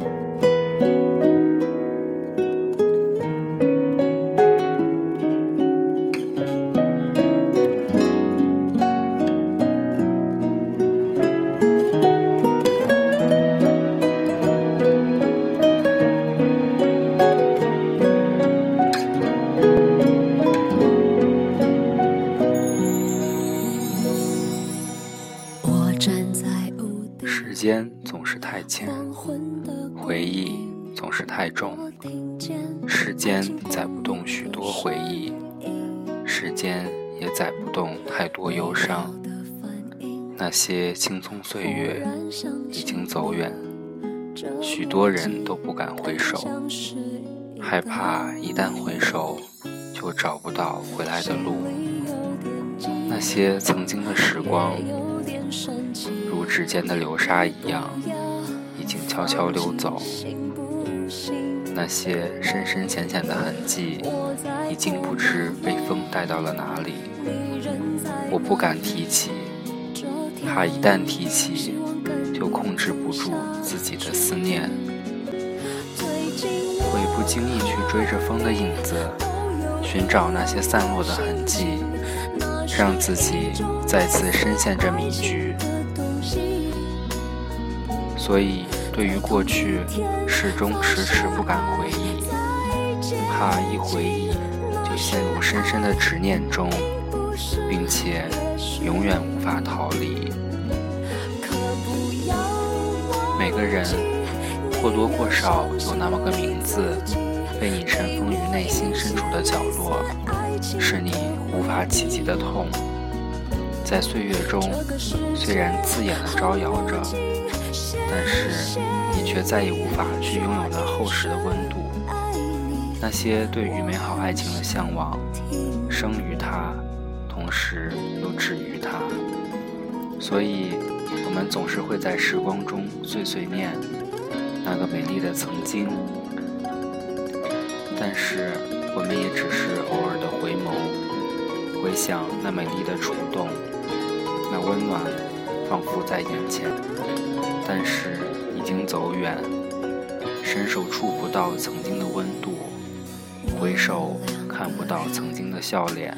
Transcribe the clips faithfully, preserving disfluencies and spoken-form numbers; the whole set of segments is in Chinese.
时间总是太浅，回忆总是太重，时间载不动许多回忆，时间也载不动太多忧伤。那些青葱岁月已经走远，许多人都不敢回首，害怕一旦回首就找不到回来的路。那些曾经的时光如指尖的流沙一样已经悄悄溜走，那些深深浅浅的痕迹已经不知被风带到了哪里。我不敢提起，怕一旦提起就控制不住自己的思念，会不经意去追着风的影子，寻找那些散落的痕迹，让自己再次深陷这迷局。所以对于过去始终迟迟不敢回忆，怕一回忆就陷入深深的执念中，并且永远无法逃离。每个人或多或少有那么个名字被你尘封于内心深处的角落，是你无法企及的痛，在岁月中虽然刺眼地招摇着，但是你却再也无法去拥有那厚实的温度。那些对于美好爱情的向往，生于它，同时又止于它。所以我们总是会在时光中碎碎念那个美丽的曾经，但是我们也只是偶尔的回眸，回想那美丽的触动，那温暖仿佛在眼前，但是已经走远，伸手触不到曾经的温度，回首看不到曾经的笑脸，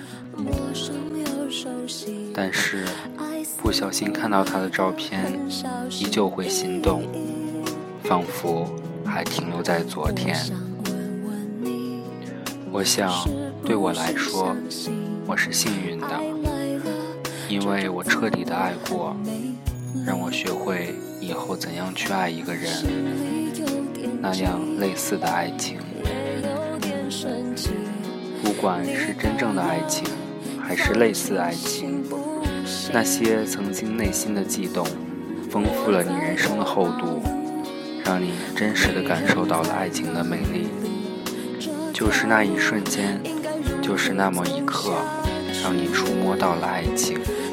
但是不小心看到他的照片，依旧会心动，仿佛还停留在昨天。我想对我来说，我是幸运的，因为我彻底的爱过，让我学会以后怎样去爱一个人，那样类似的爱情。不管是真正的爱情还是类似爱情，那些曾经内心的悸动丰富了你人生的厚度，让你真实地感受到了爱情的美丽。就是那一瞬间，就是那么一刻，让你触摸到了爱情。